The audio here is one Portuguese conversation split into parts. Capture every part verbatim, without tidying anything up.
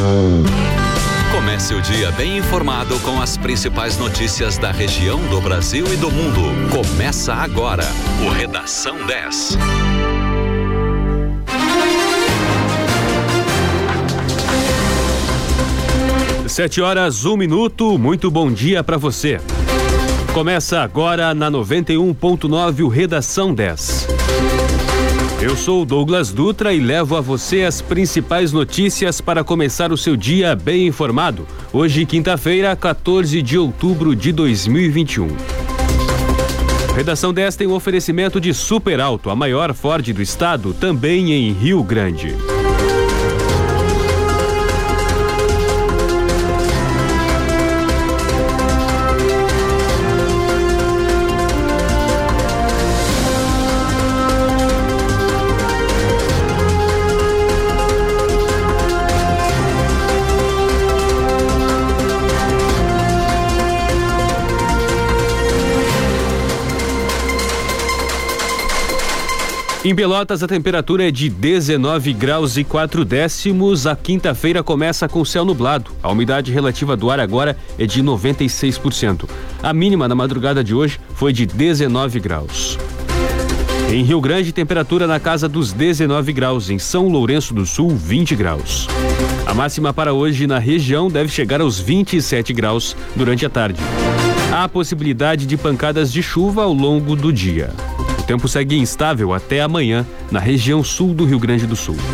Comece o dia bem informado com as principais notícias da região, do Brasil e do mundo. Começa agora o Redação dez. Sete horas, um minuto. Muito bom dia para você. Começa agora na noventa e um ponto nove o Redação dez. Eu sou o Douglas Dutra e levo a você as principais notícias para começar o seu dia bem informado. Hoje, quinta-feira, quatorze de outubro de dois mil e vinte e um. Redação dez tem um oferecimento de Super Alto, a maior Ford do estado, também em Rio Grande. Em Pelotas, a temperatura é de dezenove graus e quatro décimos. A quinta-feira começa com céu nublado. A umidade relativa do ar agora é de noventa e seis por cento. A mínima na madrugada de hoje foi de dezenove graus. Em Rio Grande, temperatura na casa dos dezenove graus. Em São Lourenço do Sul, vinte graus. A máxima para hoje na região deve chegar aos vinte e sete graus durante a tarde. Há possibilidade de pancadas de chuva ao longo do dia. O tempo segue instável até amanhã na região sul do Rio Grande do Sul.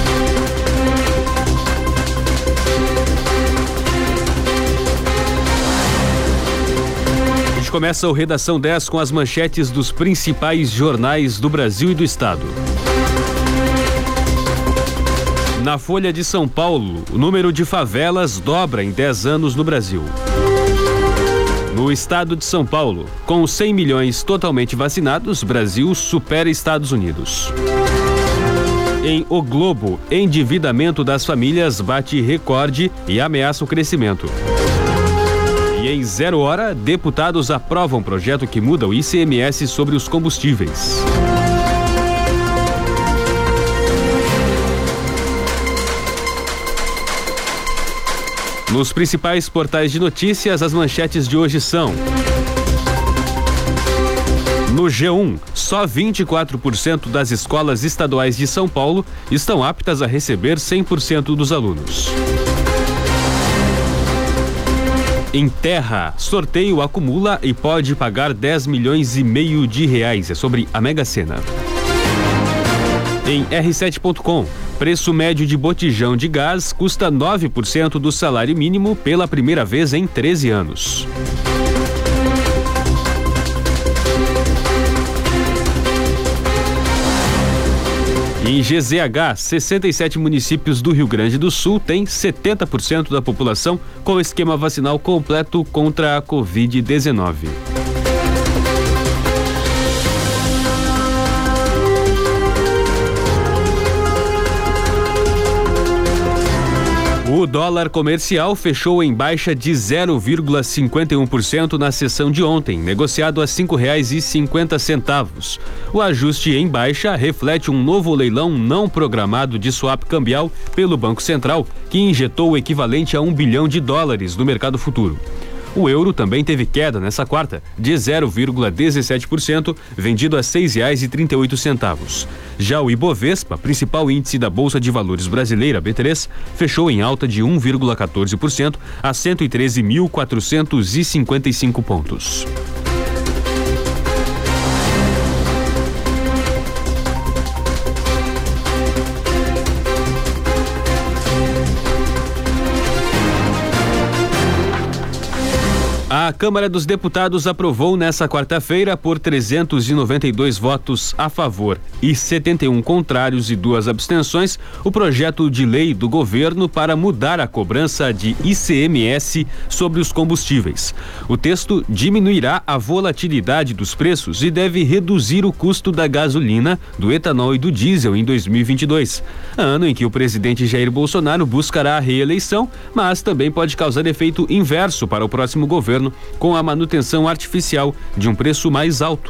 A gente começa o Redação dez com as manchetes dos principais jornais do Brasil e do estado. Na Folha de São Paulo, o número de favelas dobra em dez anos no Brasil. No estado de São Paulo, com cem milhões totalmente vacinados, Brasil supera Estados Unidos. Em O Globo, endividamento das famílias bate recorde e ameaça o crescimento. E em Zero Hora, deputados aprovam projeto que muda o I C M S sobre os combustíveis. Nos principais portais de notícias, as manchetes de hoje são: no G um, só vinte e quatro por cento das escolas estaduais de São Paulo estão aptas a receber cem por cento dos alunos. Em Terra, sorteio acumula e pode pagar dez milhões e meio de reais. É sobre a Mega Sena. Em R sete ponto com, preço médio de botijão de gás custa nove por cento do salário mínimo pela primeira vez em treze anos. Em G Z H, sessenta e sete municípios do Rio Grande do Sul têm setenta por cento da população com esquema vacinal completo contra a covid dezenove. O dólar comercial fechou em baixa de zero vírgula cinquenta e um por cento na sessão de ontem, negociado a cinco reais e cinquenta centavos. O ajuste em baixa reflete um novo leilão não programado de swap cambial pelo Banco Central, que injetou o equivalente a um bilhão de dólares no mercado futuro. O euro também teve queda nessa quarta, de zero vírgula dezessete por cento, vendido a seis reais e trinta e oito centavos. Já o Ibovespa, principal índice da Bolsa de Valores brasileira, B três, fechou em alta de um vírgula quatorze por cento a cento e treze mil quatrocentos e cinquenta e cinco pontos. A Câmara dos Deputados aprovou nesta quarta-feira, por trezentos e noventa e dois votos a favor e setenta e um contrários e duas abstenções, o projeto de lei do governo para mudar a cobrança de I C M S sobre os combustíveis. O texto diminuirá a volatilidade dos preços e deve reduzir o custo da gasolina, do etanol e do diesel em dois mil e vinte e dois, ano em que o presidente Jair Bolsonaro buscará a reeleição, mas também pode causar efeito inverso para o próximo governo, com a manutenção artificial de um preço mais alto.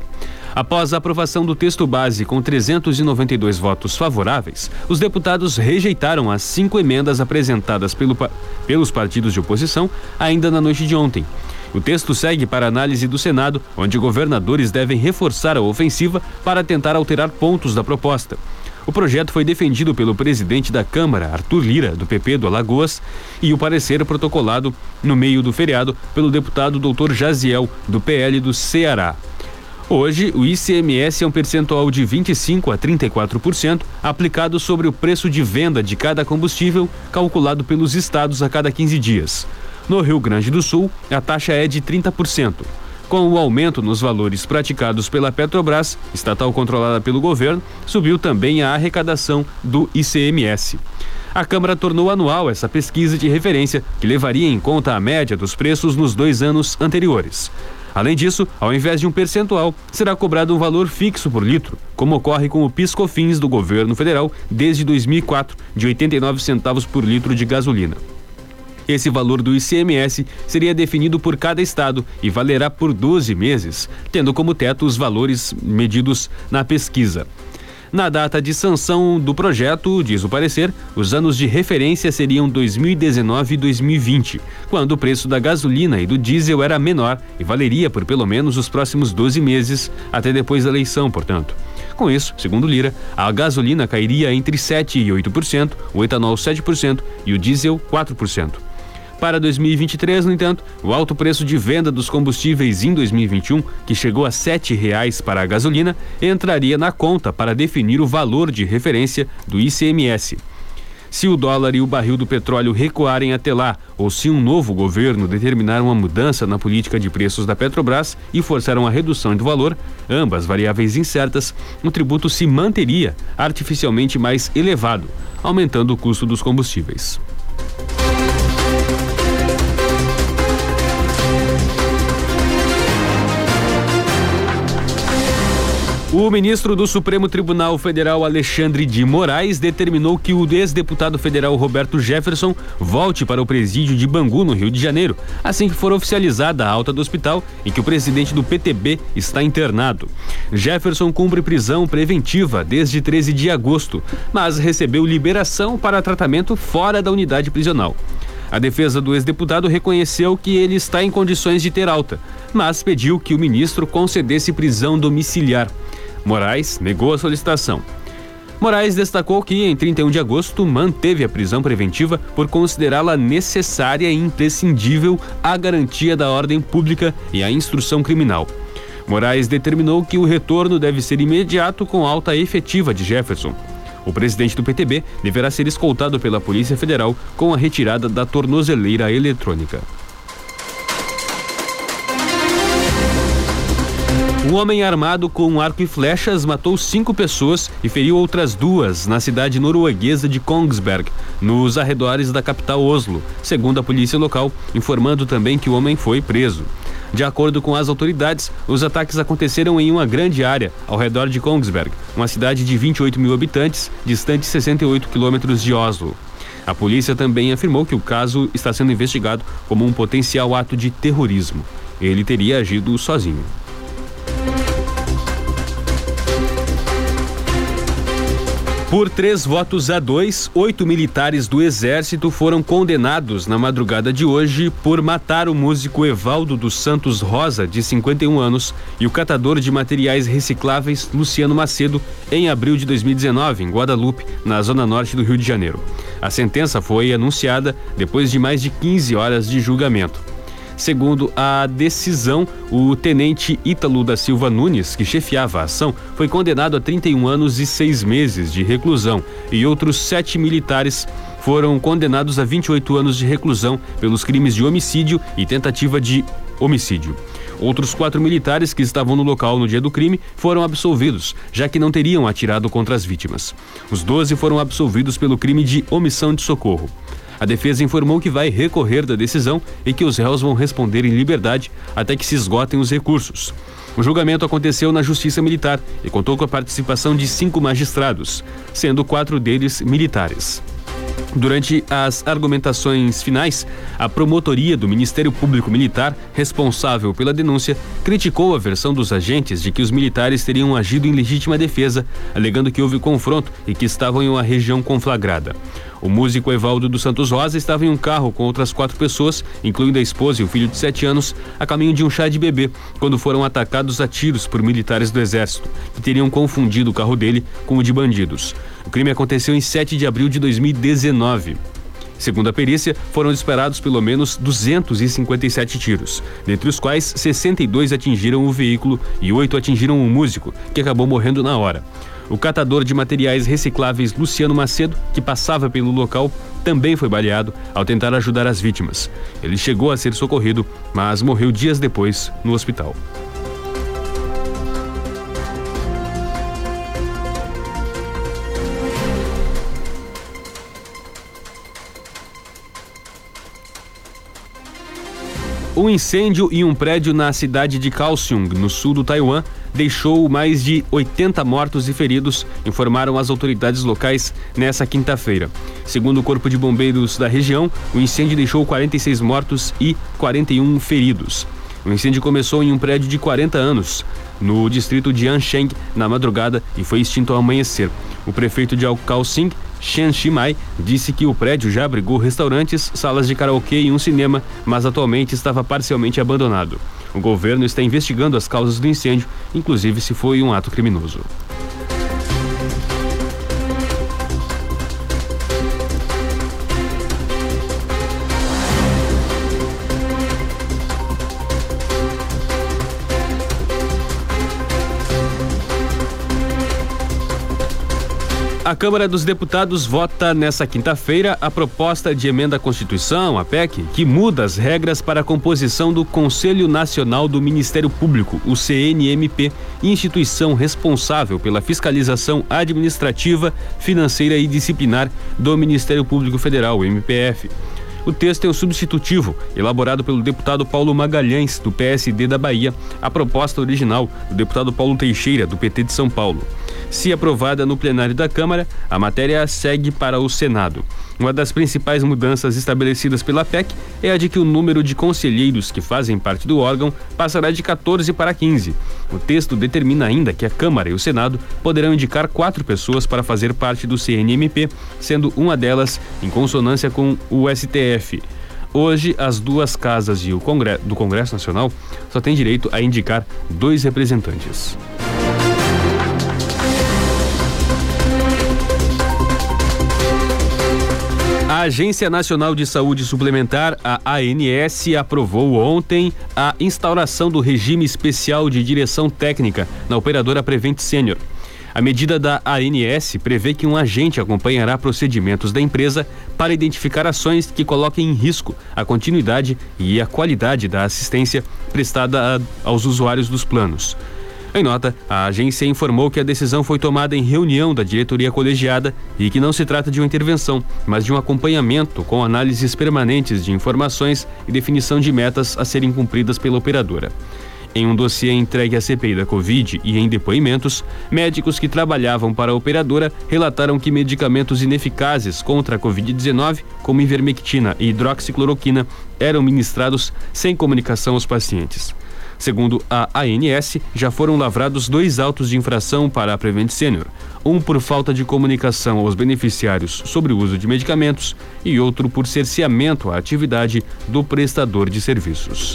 Após a aprovação do texto base com trezentos e noventa e dois votos favoráveis, os deputados rejeitaram as cinco emendas apresentadas pelo, pelos partidos de oposição ainda na noite de ontem. O texto segue para análise do Senado, onde governadores devem reforçar a ofensiva para tentar alterar pontos da proposta. O projeto foi defendido pelo presidente da Câmara, Arthur Lira, do P P do Alagoas, e o parecer protocolado no meio do feriado pelo deputado doutor Jaziel, do P L do Ceará. Hoje, o I C M S é um percentual de vinte e cinco por cento a trinta e quatro por cento aplicado sobre o preço de venda de cada combustível, calculado pelos estados a cada quinze dias. No Rio Grande do Sul, a taxa é de trinta por cento. Com o aumento nos valores praticados pela Petrobras, estatal controlada pelo governo, subiu também a arrecadação do I C M S. A Câmara tornou anual essa pesquisa de referência, que levaria em conta a média dos preços nos dois anos anteriores. Além disso, ao invés de um percentual, será cobrado um valor fixo por litro, como ocorre com o PIS/COFINS do governo federal desde dois mil e quatro, de oitenta e nove centavos por litro de gasolina. Esse valor do I C M S seria definido por cada estado e valerá por doze meses, tendo como teto os valores medidos na pesquisa. Na data de sanção do projeto, diz o parecer, os anos de referência seriam dois mil e dezenove e dois mil e vinte, quando o preço da gasolina e do diesel era menor e valeria por pelo menos os próximos doze meses, até depois da eleição, portanto. Com isso, segundo Lira, a gasolina cairia entre sete e oito por cento, o etanol sete por cento e o diesel quatro por cento. Para dois mil e vinte e três, no entanto, o alto preço de venda dos combustíveis em dois mil e vinte e um, que chegou a sete reais para a gasolina, entraria na conta para definir o valor de referência do I C M S. Se o dólar e o barril do petróleo recuarem até lá, ou se um novo governo determinar uma mudança na política de preços da Petrobras e forçar uma redução do valor, ambas variáveis incertas, o tributo se manteria artificialmente mais elevado, aumentando o custo dos combustíveis. O ministro do Supremo Tribunal Federal, Alexandre de Moraes, determinou que o ex-deputado federal Roberto Jefferson volte para o presídio de Bangu, no Rio de Janeiro, assim que for oficializada a alta do hospital em que o presidente do P T B está internado. Jefferson cumpre prisão preventiva desde treze de agosto, mas recebeu liberação para tratamento fora da unidade prisional. A defesa do ex-deputado reconheceu que ele está em condições de ter alta, mas pediu que o ministro concedesse prisão domiciliar. Moraes negou a solicitação. Moraes destacou que, em trinta e um de agosto, manteve a prisão preventiva por considerá-la necessária e imprescindível à garantia da ordem pública e à instrução criminal. Moraes determinou que o retorno deve ser imediato com alta efetiva de Jefferson. O presidente do P T B deverá ser escoltado pela Polícia Federal com a retirada da tornozeleira eletrônica. Um homem armado com arco e flechas matou cinco pessoas e feriu outras duas na cidade norueguesa de Kongsberg, nos arredores da capital Oslo, segundo a polícia local, informando também que o homem foi preso. De acordo com as autoridades, os ataques aconteceram em uma grande área ao redor de Kongsberg, uma cidade de vinte e oito mil habitantes, distante sessenta e oito quilômetros de Oslo. A polícia também afirmou que o caso está sendo investigado como um potencial ato de terrorismo. Ele teria agido sozinho. Por três votos a dois, oito militares do Exército foram condenados na madrugada de hoje por matar o músico Evaldo dos Santos Rosa, de cinquenta e um anos, e o catador de materiais recicláveis Luciano Macedo, em abril de dois mil e dezenove, em Guadalupe, na zona norte do Rio de Janeiro. A sentença foi anunciada depois de mais de quinze horas de julgamento. Segundo a decisão, o tenente Ítalo da Silva Nunes, que chefiava a ação, foi condenado a trinta e um anos e seis meses de reclusão, e outros sete militares foram condenados a vinte e oito anos de reclusão pelos crimes de homicídio e tentativa de homicídio. Outros quatro militares que estavam no local no dia do crime foram absolvidos, já que não teriam atirado contra as vítimas. Os doze foram absolvidos pelo crime de omissão de socorro. A defesa informou que vai recorrer da decisão e que os réus vão responder em liberdade até que se esgotem os recursos. O julgamento aconteceu na Justiça Militar e contou com a participação de cinco magistrados, sendo quatro deles militares. Durante as argumentações finais, a promotoria do Ministério Público Militar, responsável pela denúncia, criticou a versão dos agentes de que os militares teriam agido em legítima defesa, alegando que houve confronto e que estavam em uma região conflagrada. O músico Evaldo dos Santos Rosa estava em um carro com outras quatro pessoas, incluindo a esposa e o filho de sete anos, a caminho de um chá de bebê, quando foram atacados a tiros por militares do Exército, que teriam confundido o carro dele com o de bandidos. O crime aconteceu em sete de abril de dois mil e dezenove. Segundo a perícia, foram disparados pelo menos duzentos e cinquenta e sete tiros, dentre os quais sessenta e dois atingiram o veículo e oito atingiram o músico, que acabou morrendo na hora. O catador de materiais recicláveis Luciano Macedo, que passava pelo local, também foi baleado ao tentar ajudar as vítimas. Ele chegou a ser socorrido, mas morreu dias depois no hospital. Um incêndio em um prédio na cidade de Kaohsiung, no sul do Taiwan, deixou mais de oitenta mortos e feridos, informaram as autoridades locais nessa quinta-feira. Segundo o Corpo de Bombeiros da região, o incêndio deixou quarenta e seis mortos e quarenta e um feridos. O incêndio começou em um prédio de quarenta anos, no distrito de Ansheng, na madrugada, e foi extinto ao amanhecer. O prefeito de Kaohsiung, Chen Shimai, disse que o prédio já abrigou restaurantes, salas de karaokê e um cinema, mas atualmente estava parcialmente abandonado. O governo está investigando as causas do incêndio, inclusive se foi um ato criminoso. A Câmara dos Deputados vota nesta quinta-feira a proposta de emenda à Constituição, a P E C, que muda as regras para a composição do Conselho Nacional do Ministério Público, o C N M P, instituição responsável pela fiscalização administrativa, financeira e disciplinar do Ministério Público Federal, o M P F. O texto é o substitutivo, elaborado pelo deputado Paulo Magalhães, do P S D da Bahia, à proposta original do deputado Paulo Teixeira, do P T de São Paulo. Se aprovada no plenário da Câmara, a matéria segue para o Senado. Uma das principais mudanças estabelecidas pela P E C é a de que o número de conselheiros que fazem parte do órgão passará de quatorze para quinze. O texto determina ainda que a Câmara e o Senado poderão indicar quatro pessoas para fazer parte do C N M P, sendo uma delas em consonância com o S T F. Hoje, as duas casas e o Congresso, do Congresso Nacional só têm direito a indicar dois representantes. A Agência Nacional de Saúde Suplementar, a A N S, aprovou ontem a instauração do regime especial de direção técnica na operadora Prevent Senior. A medida da A N S prevê que um agente acompanhará procedimentos da empresa para identificar ações que coloquem em risco a continuidade e a qualidade da assistência prestada a, aos usuários dos planos. Em nota, a agência informou que a decisão foi tomada em reunião da diretoria colegiada e que não se trata de uma intervenção, mas de um acompanhamento com análises permanentes de informações e definição de metas a serem cumpridas pela operadora. Em um dossiê entregue à C P I da Covid e em depoimentos, médicos que trabalhavam para a operadora relataram que medicamentos ineficazes contra a covid dezenove, como ivermectina e hidroxicloroquina, eram ministrados sem comunicação aos pacientes. Segundo a A N S, já foram lavrados dois autos de infração para a Prevent Senior, um por falta de comunicação aos beneficiários sobre o uso de medicamentos e outro por cerceamento à atividade do prestador de serviços.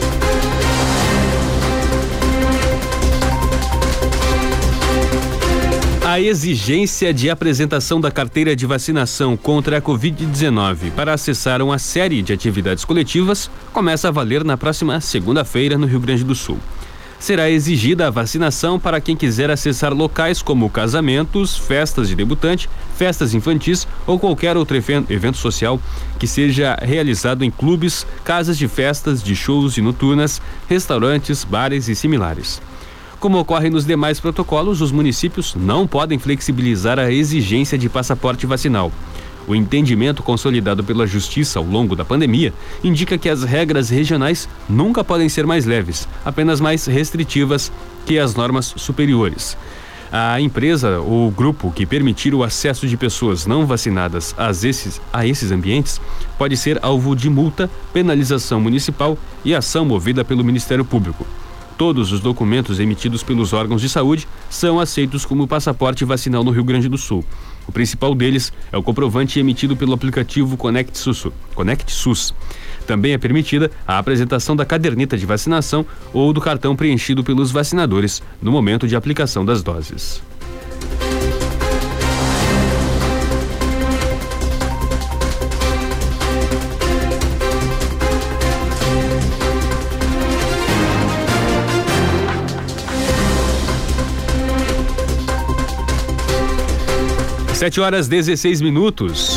A exigência de apresentação da carteira de vacinação contra a covid dezenove para acessar uma série de atividades coletivas começa a valer na próxima segunda-feira no Rio Grande do Sul. Será exigida a vacinação para quem quiser acessar locais como casamentos, festas de debutante, festas infantis ou qualquer outro evento social que seja realizado em clubes, casas de festas, de shows e noturnas, restaurantes, bares e similares. Como ocorre nos demais protocolos, os municípios não podem flexibilizar a exigência de passaporte vacinal. O entendimento consolidado pela Justiça ao longo da pandemia indica que as regras regionais nunca podem ser mais leves, apenas mais restritivas que as normas superiores. A empresa ou grupo que permitir o acesso de pessoas não vacinadas a esses, a esses ambientes pode ser alvo de multa, penalização municipal e ação movida pelo Ministério Público. Todos os documentos emitidos pelos órgãos de saúde são aceitos como passaporte vacinal no Rio Grande do Sul. O principal deles é o comprovante emitido pelo aplicativo Conect SUS. Conect SUS. Também é permitida a apresentação da caderneta de vacinação ou do cartão preenchido pelos vacinadores no momento de aplicação das doses. sete horas dezesseis minutos.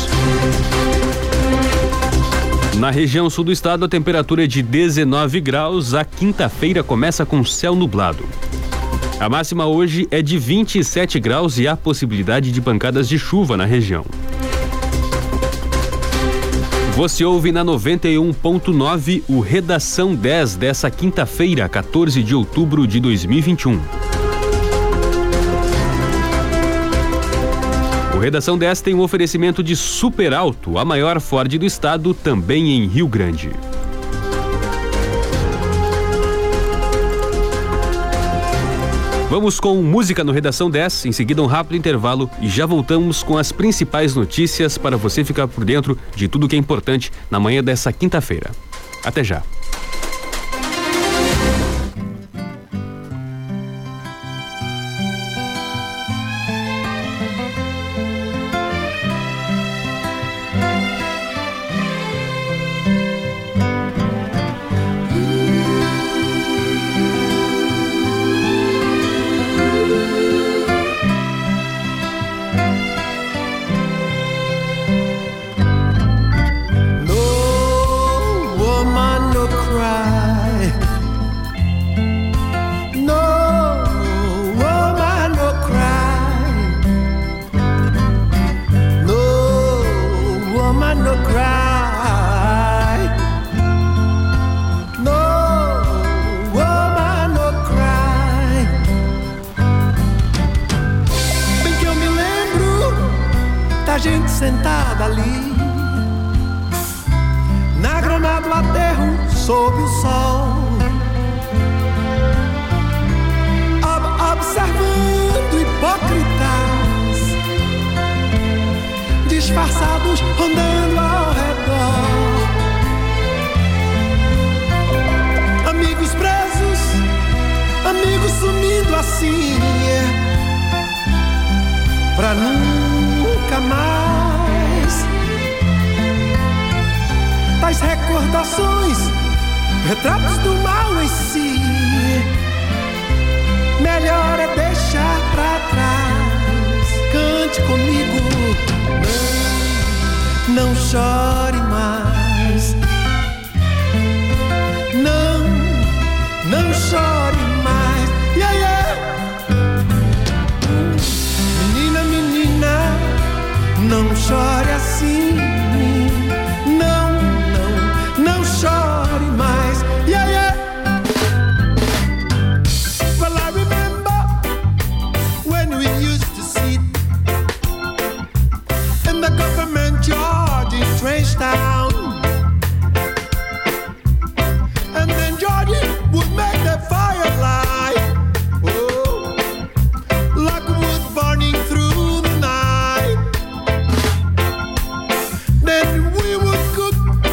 Na região sul do estado, a temperatura é de dezenove graus. A quinta-feira começa com céu nublado. A máxima hoje é de vinte e sete graus e há possibilidade de pancadas de chuva na região. Você ouve na noventa e um ponto nove o Redação dez dessa quinta-feira, quatorze de outubro de dois mil e vinte e um. O Redação dez tem um oferecimento de Super Alto, a maior Ford do estado, também em Rio Grande. Vamos com música no Redação dez, em seguida um rápido intervalo e já voltamos com as principais notícias para você ficar por dentro de tudo que é importante na manhã dessa quinta-feira. Até já. Sentada ali na grama do aterro sob o sol, ob- observando hipócritas disfarçados rondando ao redor, amigos presos, amigos sumindo assim, pra nunca mais. Das recordações, retratos do mal em si, melhor é deixar pra trás. Cante comigo, não, não chore mais. Não, não chore mais. Yeah, yeah. Menina, menina, não chore assim. Não chore mais, yeah, yeah. Well, I remember when we used to sit in the government yard in Trench Town, and then Georgie would make the fire light, oh, like wood burning through the night. Then we would cook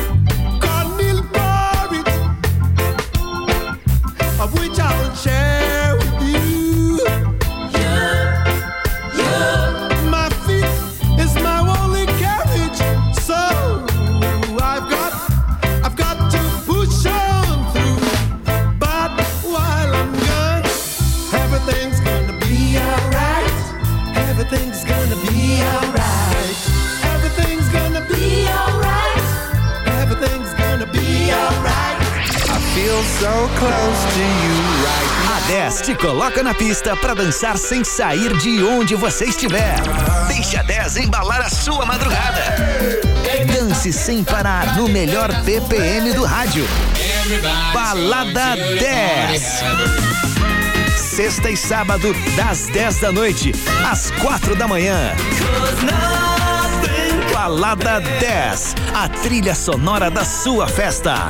of which I'll share with you. Yeah, yeah. My feet is my only carriage, so I've got, I've got to push on through. But while I'm gone, everything's gonna be alright. Everything's gonna be alright. Everything's gonna be alright. Everything's gonna be alright. I feel so close to you right now. A dez te coloca na pista pra dançar sem sair de onde você estiver. Deixa a dez embalar a sua madrugada. Dance sem parar no melhor B P M do rádio. Balada dez. sexta e sábado, das dez da noite às quatro da manhã. Balada dez, a trilha sonora da sua festa.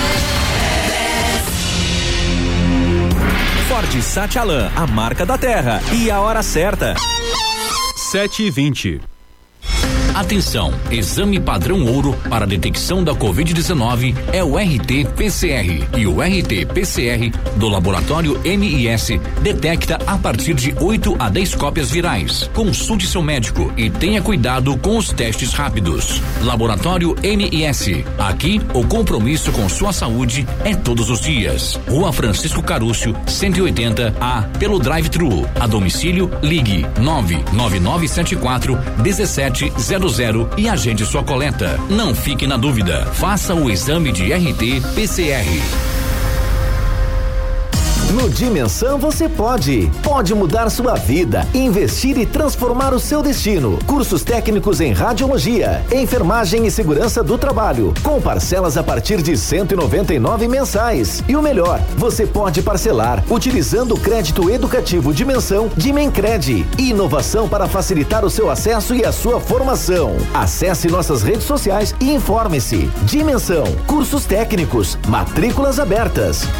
Ford Satialan, a marca da terra e a hora certa. sete e vinte. Atenção, exame padrão ouro para detecção da covid dezenove é o R T P C R e o R T P C R do laboratório M I S detecta a partir de oito a dez cópias virais. Consulte seu médico e tenha cuidado com os testes rápidos. Laboratório M I S, aqui o compromisso com sua saúde é todos os dias. Rua Francisco Carúcio, cento e oitenta A, pelo drive-thru. A domicílio, ligue nove nove nove sete quatro um sete zero zero e agende sua coleta. Não fique na dúvida. Faça o exame de R T P C R. No Dimensão você pode. Pode mudar sua vida, investir e transformar o seu destino. Cursos técnicos em radiologia, enfermagem e segurança do trabalho, com parcelas a partir de cento e noventa e nove mensais. E o melhor, você pode parcelar utilizando o crédito educativo Dimensão Dimencred. Inovação para facilitar o seu acesso e a sua formação. Acesse nossas redes sociais e informe-se. Dimensão, cursos técnicos, matrículas abertas.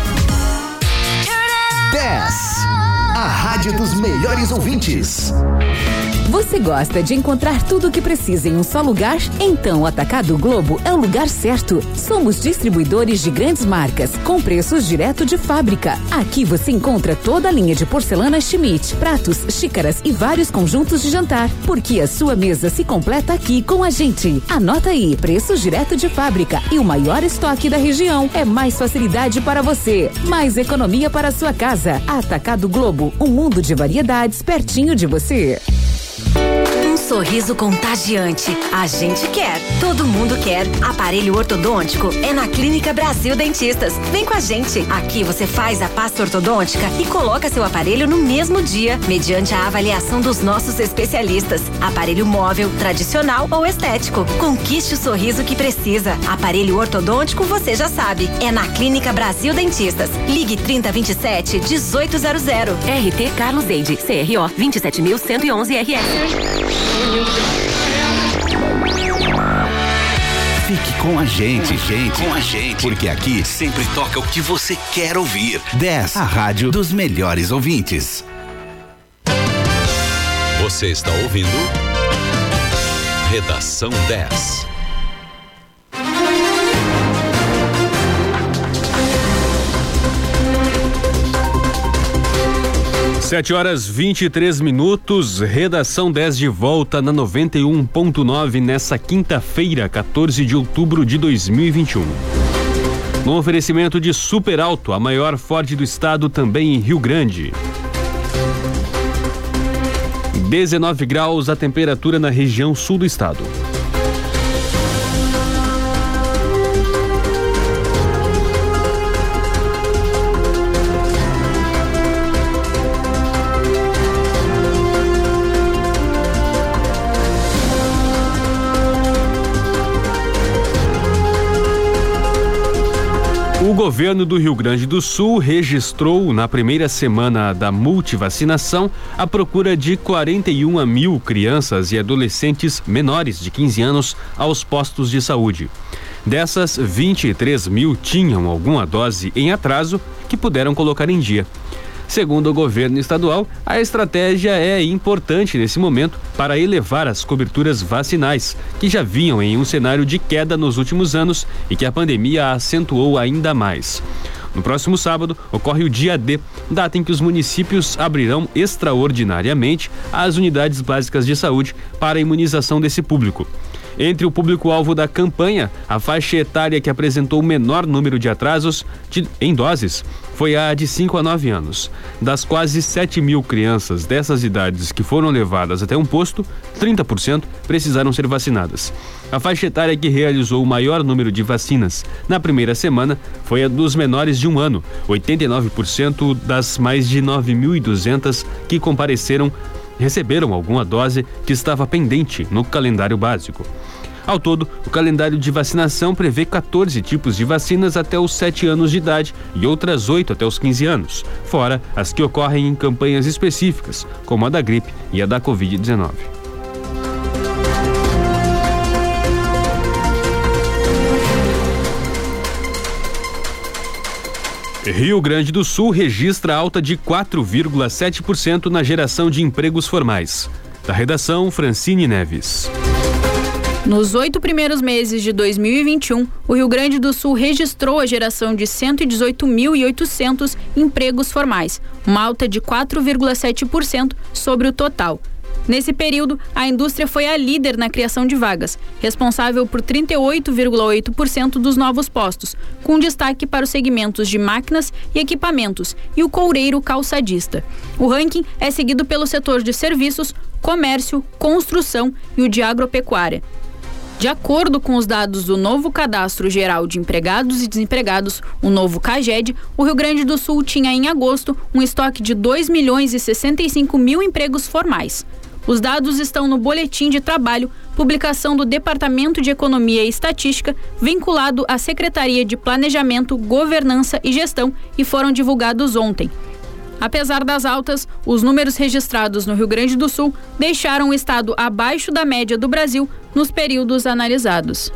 dez. A rádio dos melhores ouvintes. Você gosta de encontrar tudo o que precisa em um só lugar? Então o Atacado Globo é o lugar certo. Somos distribuidores de grandes marcas, com preços direto de fábrica. Aqui você encontra toda a linha de porcelana Schmidt, pratos, xícaras e vários conjuntos de jantar. Porque a sua mesa se completa aqui com a gente. Anota aí, preços direto de fábrica e o maior estoque da região. É mais facilidade para você, mais economia para a sua casa. Atacado Globo, um mundo de variedades pertinho de você. Um sorriso contagiante. A gente quer, todo mundo quer. Aparelho ortodôntico é na Clínica Brasil Dentistas. Vem com a gente. Aqui você faz a pasta ortodôntica e coloca seu aparelho no mesmo dia, mediante a avaliação dos nossos especialistas. Aparelho móvel, tradicional ou estético. Conquiste o sorriso que precisa. Aparelho ortodôntico, você já sabe. É na Clínica Brasil Dentistas. Ligue trinta, vinte e sete, dezoito zero zero. R T Carlos Eide, C R O vinte e sete mil cento e onze R S. Fique com a gente, gente, com a gente, porque aqui sempre toca o que você quer ouvir. dez, a rádio dos melhores ouvintes. Você está ouvindo Redação dez. Sete horas vinte e três minutos, Redação dez de volta na noventa e um ponto nove nessa quinta-feira, quatorze de outubro de dois mil e vinte e um. No oferecimento de Super Alto, a maior Ford do estado, também em Rio Grande. dezenove graus a temperatura na região sul do estado. O governo do Rio Grande do Sul registrou, na primeira semana da multivacinação, a procura de quarenta e um mil crianças e adolescentes menores de quinze anos aos postos de saúde. Dessas, vinte e três mil tinham alguma dose em atraso que puderam colocar em dia. Segundo o governo estadual, a estratégia é importante nesse momento para elevar as coberturas vacinais, que já vinham em um cenário de queda nos últimos anos e que a pandemia acentuou ainda mais. No próximo sábado, ocorre o Dia D, data em que os municípios abrirão extraordinariamente as unidades básicas de saúde para a imunização desse público. Entre o público-alvo da campanha, a faixa etária que apresentou o menor número de atrasos de, em doses foi a de cinco a nove anos. Das quase sete mil crianças dessas idades que foram levadas até um posto, trinta por cento precisaram ser vacinadas. A faixa etária que realizou o maior número de vacinas na primeira semana foi a dos menores de um ano. oitenta e nove por cento das mais de nove mil e duzentas que compareceram receberam alguma dose que estava pendente no calendário básico. Ao todo, o calendário de vacinação prevê quatorze tipos de vacinas até os sete anos de idade e outras oito até os quinze anos, fora as que ocorrem em campanhas específicas, como a da gripe e a da covid dezenove. Rio Grande do Sul registra alta de quatro vírgula sete por cento na geração de empregos formais. Da redação, Francine Neves. Nos oito primeiros meses de dois mil e vinte e um, o Rio Grande do Sul registrou a geração de cento e dezoito mil e oitocentos empregos formais, uma alta de quatro vírgula sete por cento sobre o total. Nesse período, a indústria foi a líder na criação de vagas, responsável por trinta e oito vírgula oito por cento dos novos postos, com destaque para os segmentos de máquinas e equipamentos e o coureiro calçadista. O ranking é seguido pelo setor de serviços, comércio, construção e o de agropecuária. De acordo com os dados do novo Cadastro Geral de Empregados e Desempregados, o novo CAGED, o Rio Grande do Sul tinha em agosto um estoque de dois milhões e sessenta e cinco mil empregos formais. Os dados estão no Boletim de Trabalho, publicação do Departamento de Economia e Estatística, vinculado à Secretaria de Planejamento, Governança e Gestão, e foram divulgados ontem. Apesar das altas, os números registrados no Rio Grande do Sul deixaram o estado abaixo da média do Brasil nos períodos analisados.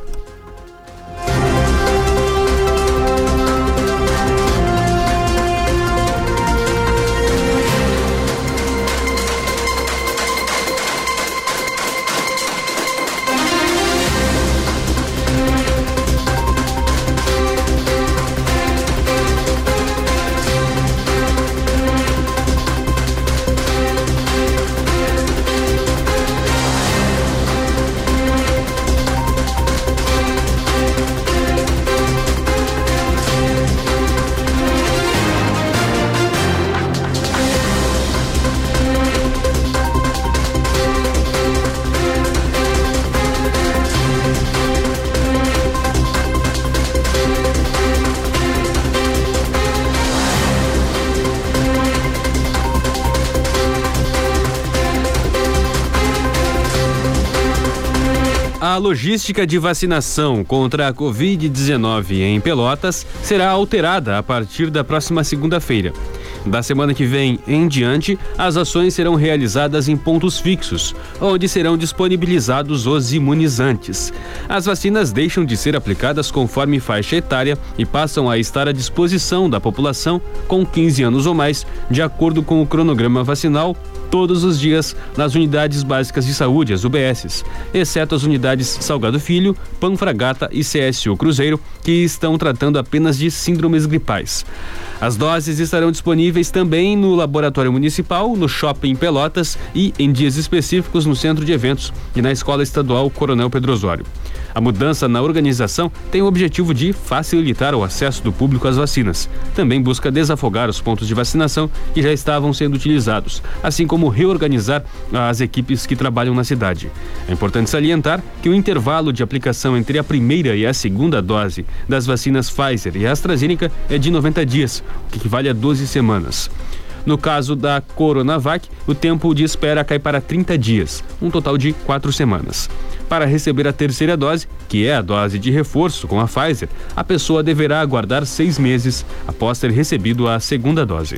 A logística de vacinação contra a covid dezenove em Pelotas será alterada a partir da próxima segunda-feira. Da semana que vem em diante, as ações serão realizadas em pontos fixos, onde serão disponibilizados os imunizantes. As vacinas deixam de ser aplicadas conforme faixa etária e passam a estar à disposição da população com quinze anos ou mais, de acordo com o cronograma vacinal, todos os dias nas unidades básicas de saúde, as U B Ss, exceto as unidades Salgado Filho, Panfragata e C S U Cruzeiro, que estão tratando apenas de síndromes gripais. As doses estarão disponíveis também no Laboratório Municipal, no Shopping Pelotas e, em dias específicos, no Centro de Eventos e na Escola Estadual Coronel Pedro Osório. A mudança na organização tem o objetivo de facilitar o acesso do público às vacinas. Também busca desafogar os pontos de vacinação que já estavam sendo utilizados, assim como reorganizar as equipes que trabalham na cidade. É importante salientar que o intervalo de aplicação entre a primeira e a segunda dose das vacinas Pfizer e AstraZeneca é de noventa dias, o que equivale a doze semanas. No caso da Coronavac, o tempo de espera cai para trinta dias, um total de quatro semanas. Para receber a terceira dose, que é a dose de reforço com a Pfizer, a pessoa deverá aguardar seis meses após ter recebido a segunda dose.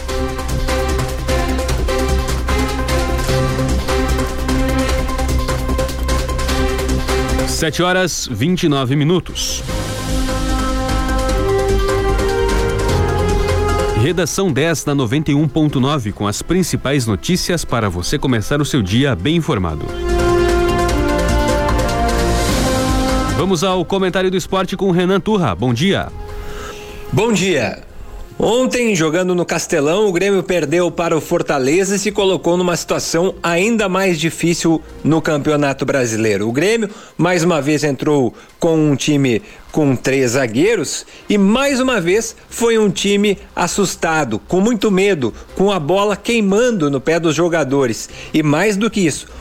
Sete horas e vinte e nove minutos. Redação dez na noventa e um ponto nove, com as principais notícias para você começar o seu dia bem informado. Vamos ao comentário do esporte com Renan Turra. Bom dia. Bom dia. Ontem, jogando no Castelão, o Grêmio perdeu para o Fortaleza e se colocou numa situação ainda mais difícil no Campeonato Brasileiro. O Grêmio, mais uma vez, entrou com um time com três zagueiros e, mais uma vez, foi um time assustado, com muito medo, com a bola queimando no pé dos jogadores. E mais do que isso,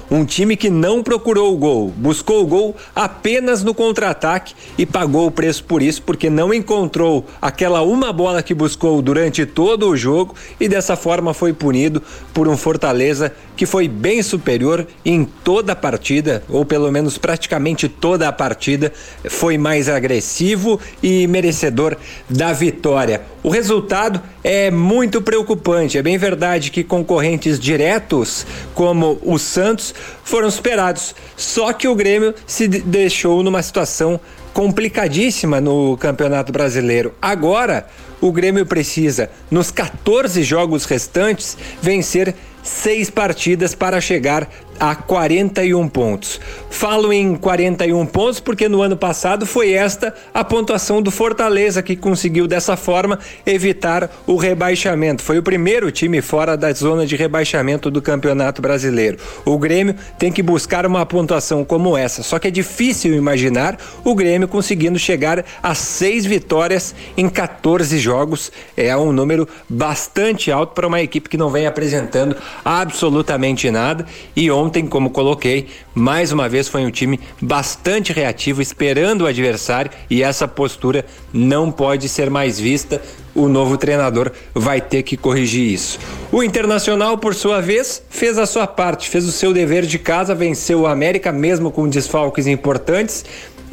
Um time que não procurou o gol, buscou o gol apenas no contra-ataque e pagou o preço por isso, porque não encontrou aquela uma bola que buscou durante todo o jogo e dessa forma foi punido por um Fortaleza que foi bem superior em toda a partida, ou pelo menos praticamente toda a partida, foi mais agressivo e merecedor da vitória. O resultado é muito preocupante. É bem verdade que concorrentes diretos como o Santos foram superados, só que o Grêmio se deixou numa situação complicadíssima no Campeonato Brasileiro. Agora, o Grêmio precisa, nos quatorze jogos restantes, vencer seis partidas para chegar a quarenta e um pontos. Falo em quarenta e um pontos porque no ano passado foi esta a pontuação do Fortaleza, que conseguiu dessa forma evitar o rebaixamento. Foi o primeiro time fora da zona de rebaixamento do Campeonato Brasileiro. O Grêmio tem que buscar uma pontuação como essa, só que é difícil imaginar o Grêmio conseguindo chegar a seis vitórias em quatorze jogos. É um número bastante alto para uma equipe que não vem apresentando absolutamente nada. E ontem, como coloquei, mais uma vez foi um time bastante reativo, esperando o adversário, e essa postura não pode ser mais vista. O novo treinador vai ter que corrigir isso. O Internacional, por sua vez, fez a sua parte, fez o seu dever de casa, venceu o América mesmo com desfalques importantes,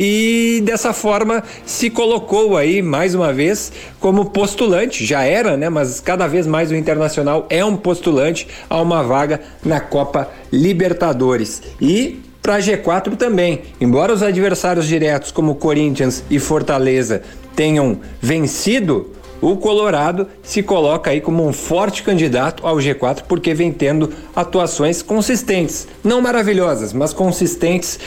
e dessa forma se colocou aí mais uma vez como postulante, já era, né? Mas cada vez mais o Internacional é um postulante a uma vaga na Copa Libertadores. E para G quatro também, embora os adversários diretos como Corinthians e Fortaleza tenham vencido, o Colorado se coloca aí como um forte candidato ao G quatro, porque vem tendo atuações consistentes, não maravilhosas, mas consistentes,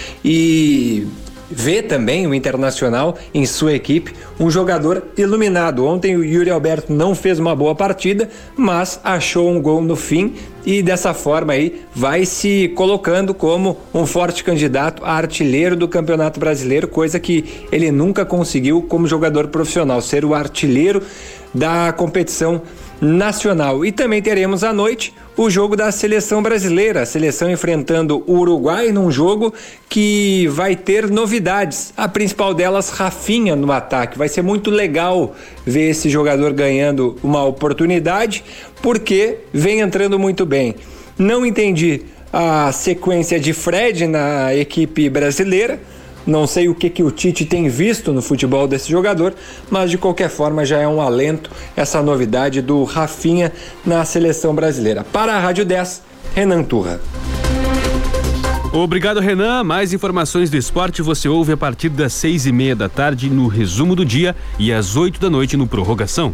e vê também o Internacional em sua equipe um jogador iluminado. Ontem o Yuri Alberto não fez uma boa partida, mas achou um gol no fim e dessa forma aí vai se colocando como um forte candidato a artilheiro do Campeonato Brasileiro, coisa que ele nunca conseguiu como jogador profissional, ser o artilheiro da competição nacional. E também teremos à noite o jogo da seleção brasileira, a seleção enfrentando o Uruguai, num jogo que vai ter novidades, a principal delas, Rafinha no ataque. Vai ser muito legal ver esse jogador ganhando uma oportunidade, porque vem entrando muito bem. Não entendi a sequência de Fred na equipe brasileira, não sei o que, que o Tite tem visto no futebol desse jogador, mas de qualquer forma já é um alento essa novidade do Rafinha na seleção brasileira. Para a Rádio dez, Renan Turra. Obrigado, Renan. Mais informações do esporte você ouve a partir das seis e meia da tarde no Resumo do Dia e às oito da noite no Prorrogação.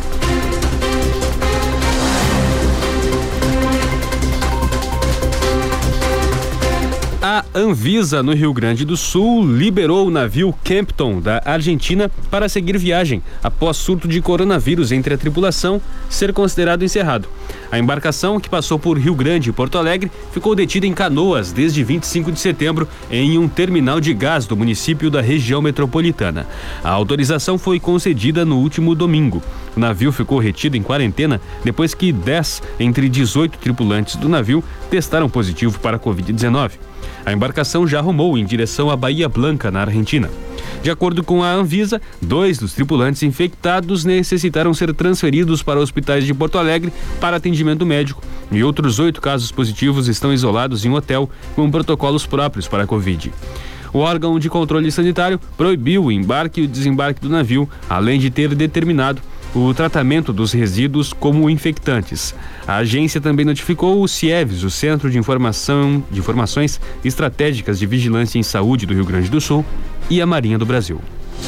A Anvisa, no Rio Grande do Sul, liberou o navio Kempton, da Argentina, para seguir viagem, após surto de coronavírus entre a tripulação ser considerado encerrado. A embarcação, que passou por Rio Grande e Porto Alegre, ficou detida em Canoas desde vinte e cinco de setembro em um terminal de gás do município da região metropolitana. A autorização foi concedida no último domingo. O navio ficou retido em quarentena depois que dez entre dezoito tripulantes do navio testaram positivo para a covid dezenove. A embarcação já rumou em direção à Bahia Blanca, na Argentina. De acordo com a Anvisa, dois dos tripulantes infectados necessitaram ser transferidos para hospitais de Porto Alegre para atendimento médico, e outros oito casos positivos estão isolados em um hotel com protocolos próprios para a Covid. O órgão de controle sanitário proibiu o embarque e o desembarque do navio, além de ter determinado o tratamento dos resíduos como infectantes. A agência também notificou o CIEVS, o Centro de Informação de Informações Estratégicas de Vigilância em Saúde do Rio Grande do Sul, e a Marinha do Brasil.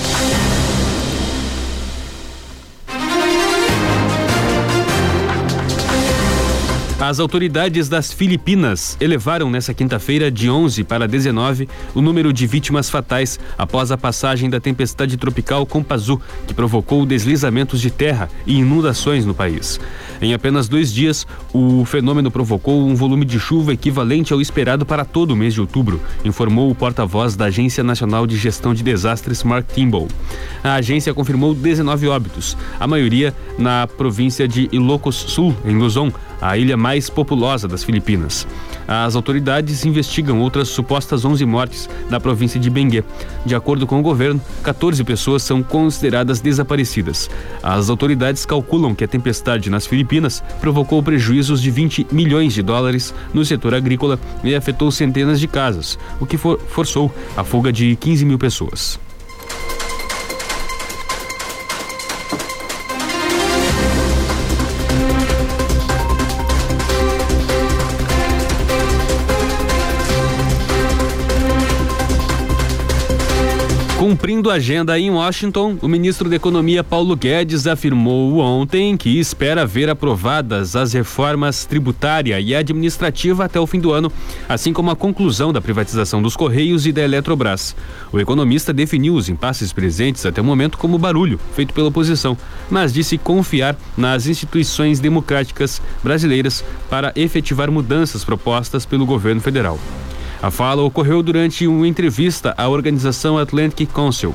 As autoridades das Filipinas elevaram nesta quinta-feira, de onze para dezenove, o número de vítimas fatais após a passagem da tempestade tropical Kompazu, que provocou deslizamentos de terra e inundações no país. Em apenas dois dias, o fenômeno provocou um volume de chuva equivalente ao esperado para todo o mês de outubro, informou o porta-voz da Agência Nacional de Gestão de Desastres, Mark Timble. A agência confirmou dezenove óbitos, a maioria na província de Ilocos Sul, em Luzon, a ilha mais populosa das Filipinas. As autoridades investigam outras supostas onze mortes na província de Benguet. De acordo com o governo, quatorze pessoas são consideradas desaparecidas. As autoridades calculam que a tempestade nas Filipinas provocou prejuízos de vinte milhões de dólares no setor agrícola e afetou centenas de casas, o que for, forçou a fuga de quinze mil pessoas. Cumprindo a agenda em Washington, o ministro da Economia Paulo Guedes afirmou ontem que espera ver aprovadas as reformas tributária e administrativa até o fim do ano, assim como a conclusão da privatização dos Correios e da Eletrobras. O economista definiu os impasses presentes até o momento como barulho feito pela oposição, mas disse confiar nas instituições democráticas brasileiras para efetivar mudanças propostas pelo governo federal. A fala ocorreu durante uma entrevista à organização Atlantic Council.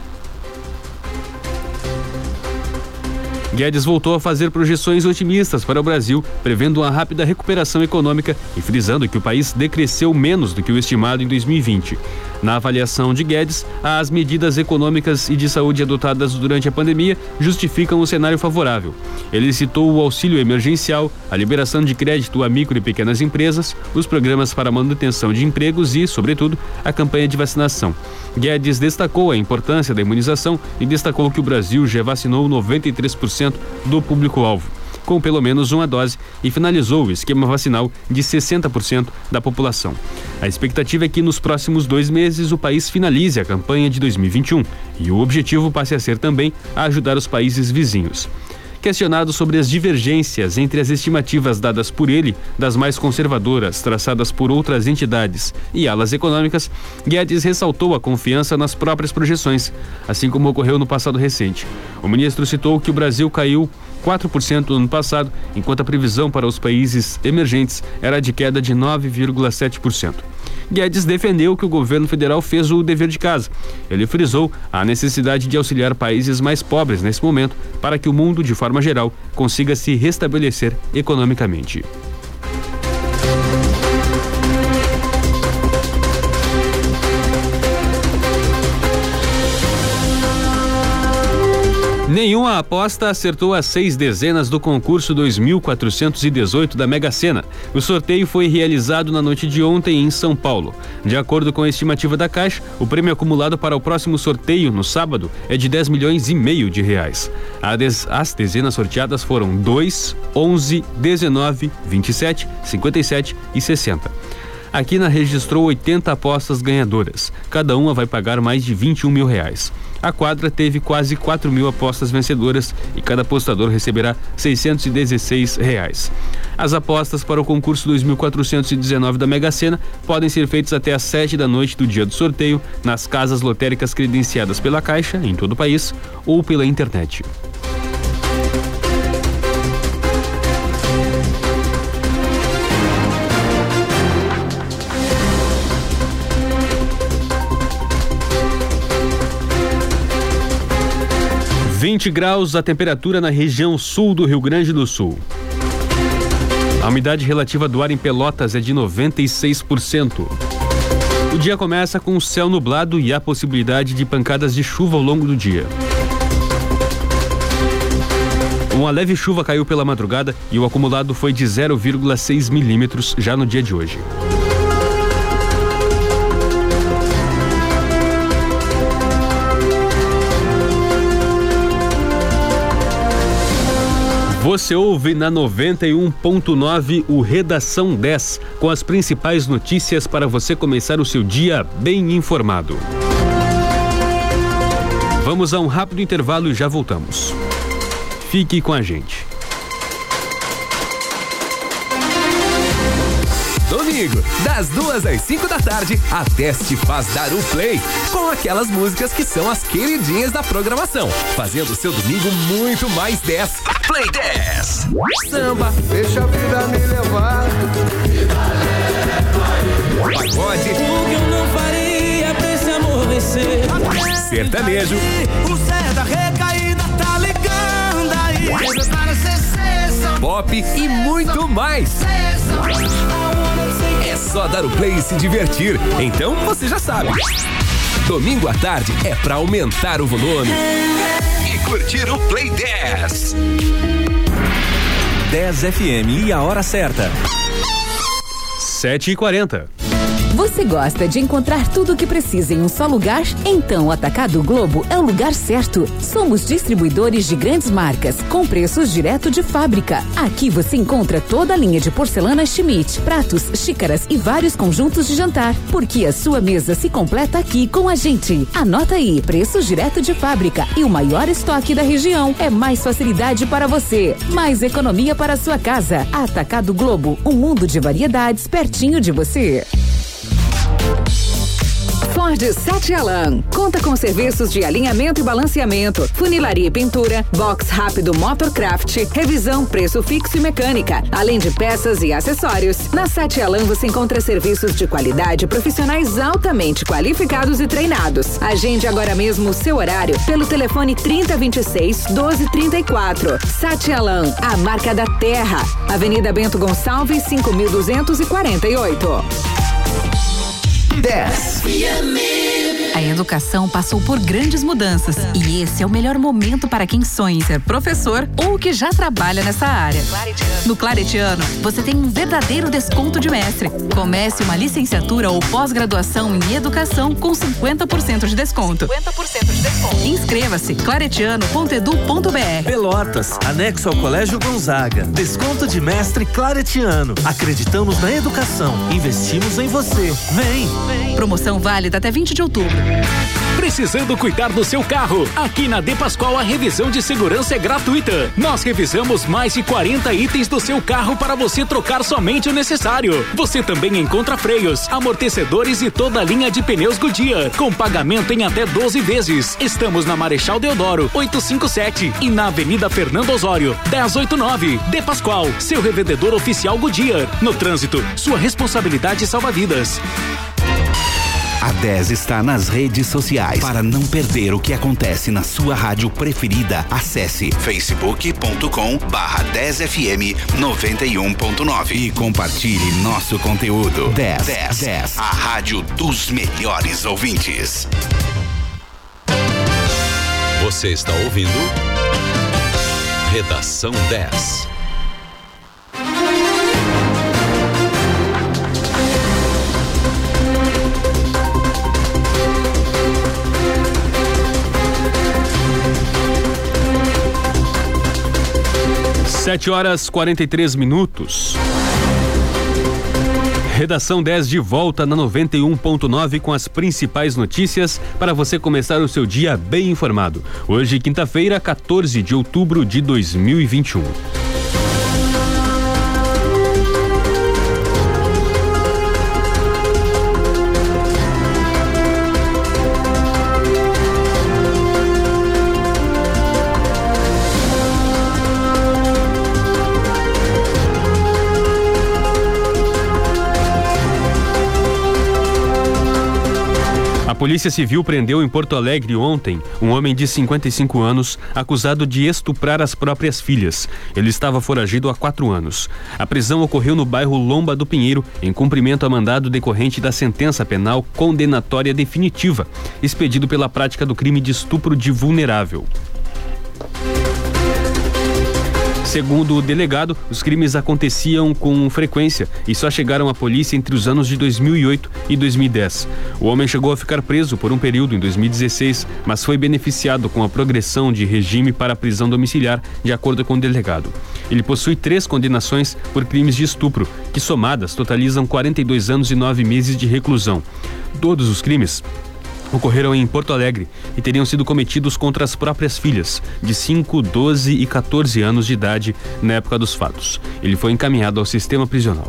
Guedes voltou a fazer projeções otimistas para o Brasil, prevendo uma rápida recuperação econômica e frisando que o país decresceu menos do que o estimado em dois mil e vinte. Na avaliação de Guedes, as medidas econômicas e de saúde adotadas durante a pandemia justificam o cenário favorável. Ele citou o auxílio emergencial, a liberação de crédito a micro e pequenas empresas, os programas para manutenção de empregos e, sobretudo, a campanha de vacinação. Guedes destacou a importância da imunização e destacou que o Brasil já vacinou noventa e três por cento do público-alvo, com pelo menos uma dose, e finalizou o esquema vacinal de sessenta por cento da população. A expectativa é que nos próximos dois meses o país finalize a campanha de dois mil e vinte e um e o objetivo passe a ser também a ajudar os países vizinhos. Questionado sobre as divergências entre as estimativas dadas por ele, das mais conservadoras, traçadas por outras entidades e alas econômicas, Guedes ressaltou a confiança nas próprias projeções, assim como ocorreu no passado recente. O ministro citou que o Brasil caiu quatro por cento no ano passado, enquanto a previsão para os países emergentes era de queda de nove vírgula sete por cento. Guedes defendeu que o governo federal fez o dever de casa. Ele frisou a necessidade de auxiliar países mais pobres nesse momento para que o mundo, de forma geral, consiga se restabelecer economicamente. Nenhuma aposta acertou as seis dezenas do concurso dois mil quatrocentos e dezoito da Mega Sena. O sorteio foi realizado na noite de ontem em São Paulo. De acordo com a estimativa da Caixa, o prêmio acumulado para o próximo sorteio, no sábado, é de dez milhões e meio de reais. As dezenas sorteadas foram dois, onze, dezenove, vinte e sete, cinquenta e sete e sessenta. A Quina registrou oitenta apostas ganhadoras. Cada uma vai pagar mais de vinte e um mil reais. A quadra teve quase quatro mil apostas vencedoras e cada apostador receberá seiscentos e dezesseis reais. As apostas para o concurso dois mil quatrocentos e dezenove da Mega Sena podem ser feitas até às sete da noite do dia do sorteio nas casas lotéricas credenciadas pela Caixa, em todo o país, ou pela internet. vinte graus a temperatura na região sul do Rio Grande do Sul. A umidade relativa do ar em Pelotas é de noventa e seis por cento. O dia começa com o céu nublado e a possibilidade de pancadas de chuva ao longo do dia. Uma leve chuva caiu pela madrugada e o acumulado foi de zero vírgula seis milímetros já no dia de hoje. Você ouve na noventa e um ponto nove o Redação dez, com as principais notícias para você começar o seu dia bem informado. Vamos a um rápido intervalo e já voltamos. Fique com a gente. Domingo, das duas às cinco da tarde, a Teste faz dar o play com aquelas músicas que são as queridinhas da programação, fazendo o seu domingo muito mais dez. Play dez. Samba. Deixa a vida me levar. Pagode. O que eu não faria pra esse amor vencer? Sertanejo. O Zé da recaída tá ligando aí. Para ser pop e muito mais. É só dar o play e se divertir. Então você já sabe. Domingo à tarde é pra aumentar o volume e curtir o Play dez. dez F M e a hora certa. sete e quarenta. Você gosta de encontrar tudo o que precisa em um só lugar? Então o Atacado Globo é o lugar certo. Somos distribuidores de grandes marcas, com preços direto de fábrica. Aqui você encontra toda a linha de porcelana Schmidt, pratos, xícaras e vários conjuntos de jantar, porque a sua mesa se completa aqui com a gente. Anota aí, preços direto de fábrica e o maior estoque da região. É mais facilidade para você, mais economia para a sua casa. Atacado Globo, um mundo de variedades pertinho de você. Ford Sete Alan conta com serviços de alinhamento e balanceamento, funilaria e pintura, box rápido Motorcraft, revisão, preço fixo e mecânica, além de peças e acessórios. Na Sete Alan você encontra serviços de qualidade, profissionais altamente qualificados e treinados. Agende agora mesmo o seu horário pelo telefone trinta, vinte e seis, doze, trinta e quatro. Sete Alan, a marca da terra. Avenida Bento Gonçalves, cinco mil duzentos e quarenta e oito. dez. A educação passou por grandes mudanças e esse é o melhor momento para quem sonha em ser professor ou que já trabalha nessa área. No Claretiano, você tem um verdadeiro desconto de mestre. Comece uma licenciatura ou pós-graduação em educação com cinquenta por cento de desconto. cinquenta por cento de desconto. Inscreva-se claretiano ponto edu ponto br. Pelotas, anexo ao Colégio Gonzaga. Desconto de mestre Claretiano. Acreditamos na educação. Investimos em você. Vem! Vem. Promoção válida até vinte de outubro. Precisando cuidar do seu carro? Aqui na De Pascoal a revisão de segurança é gratuita. Nós revisamos mais de quarenta itens do seu carro para você trocar somente o necessário. Você também encontra freios, amortecedores e toda a linha de pneus Goodyear, com pagamento em até doze vezes. Estamos na Marechal Deodoro, oitocentos e cinquenta e sete e na Avenida Fernando Osório, dez oitenta e nove. De Pascoal, seu revendedor oficial Goodyear. No trânsito, sua responsabilidade salva vidas. A dez está nas redes sociais. Para não perder o que acontece na sua rádio preferida, acesse facebook ponto com barra dez F M noventa e um ponto nove e compartilhe nosso conteúdo. dez, dez, dez, a rádio dos melhores ouvintes. Você está ouvindo Redação dez. Sete horas quarenta e três minutos. Redação dez de volta na noventa e um ponto nove com as principais notícias para você começar o seu dia bem informado. Hoje, quinta-feira, quatorze de outubro de dois mil e vinte e um. A Polícia Civil prendeu em Porto Alegre ontem um homem de cinquenta e cinco anos acusado de estuprar as próprias filhas. Ele estava foragido há quatro anos. A prisão ocorreu no bairro Lomba do Pinheiro, em cumprimento a mandado decorrente da sentença penal condenatória definitiva, expedido pela prática do crime de estupro de vulnerável. Segundo o delegado, os crimes aconteciam com frequência e só chegaram à polícia entre os anos de dois mil e oito e dois mil e dez. O homem chegou a ficar preso por um período em dois mil e dezesseis, mas foi beneficiado com a progressão de regime para a prisão domiciliar, de acordo com o delegado. Ele possui três condenações por crimes de estupro, que somadas totalizam quarenta e dois anos e nove meses de reclusão. Todos os crimes ocorreram em Porto Alegre e teriam sido cometidos contra as próprias filhas, de cinco, doze e quatorze anos de idade, na época dos fatos. Ele foi encaminhado ao sistema prisional.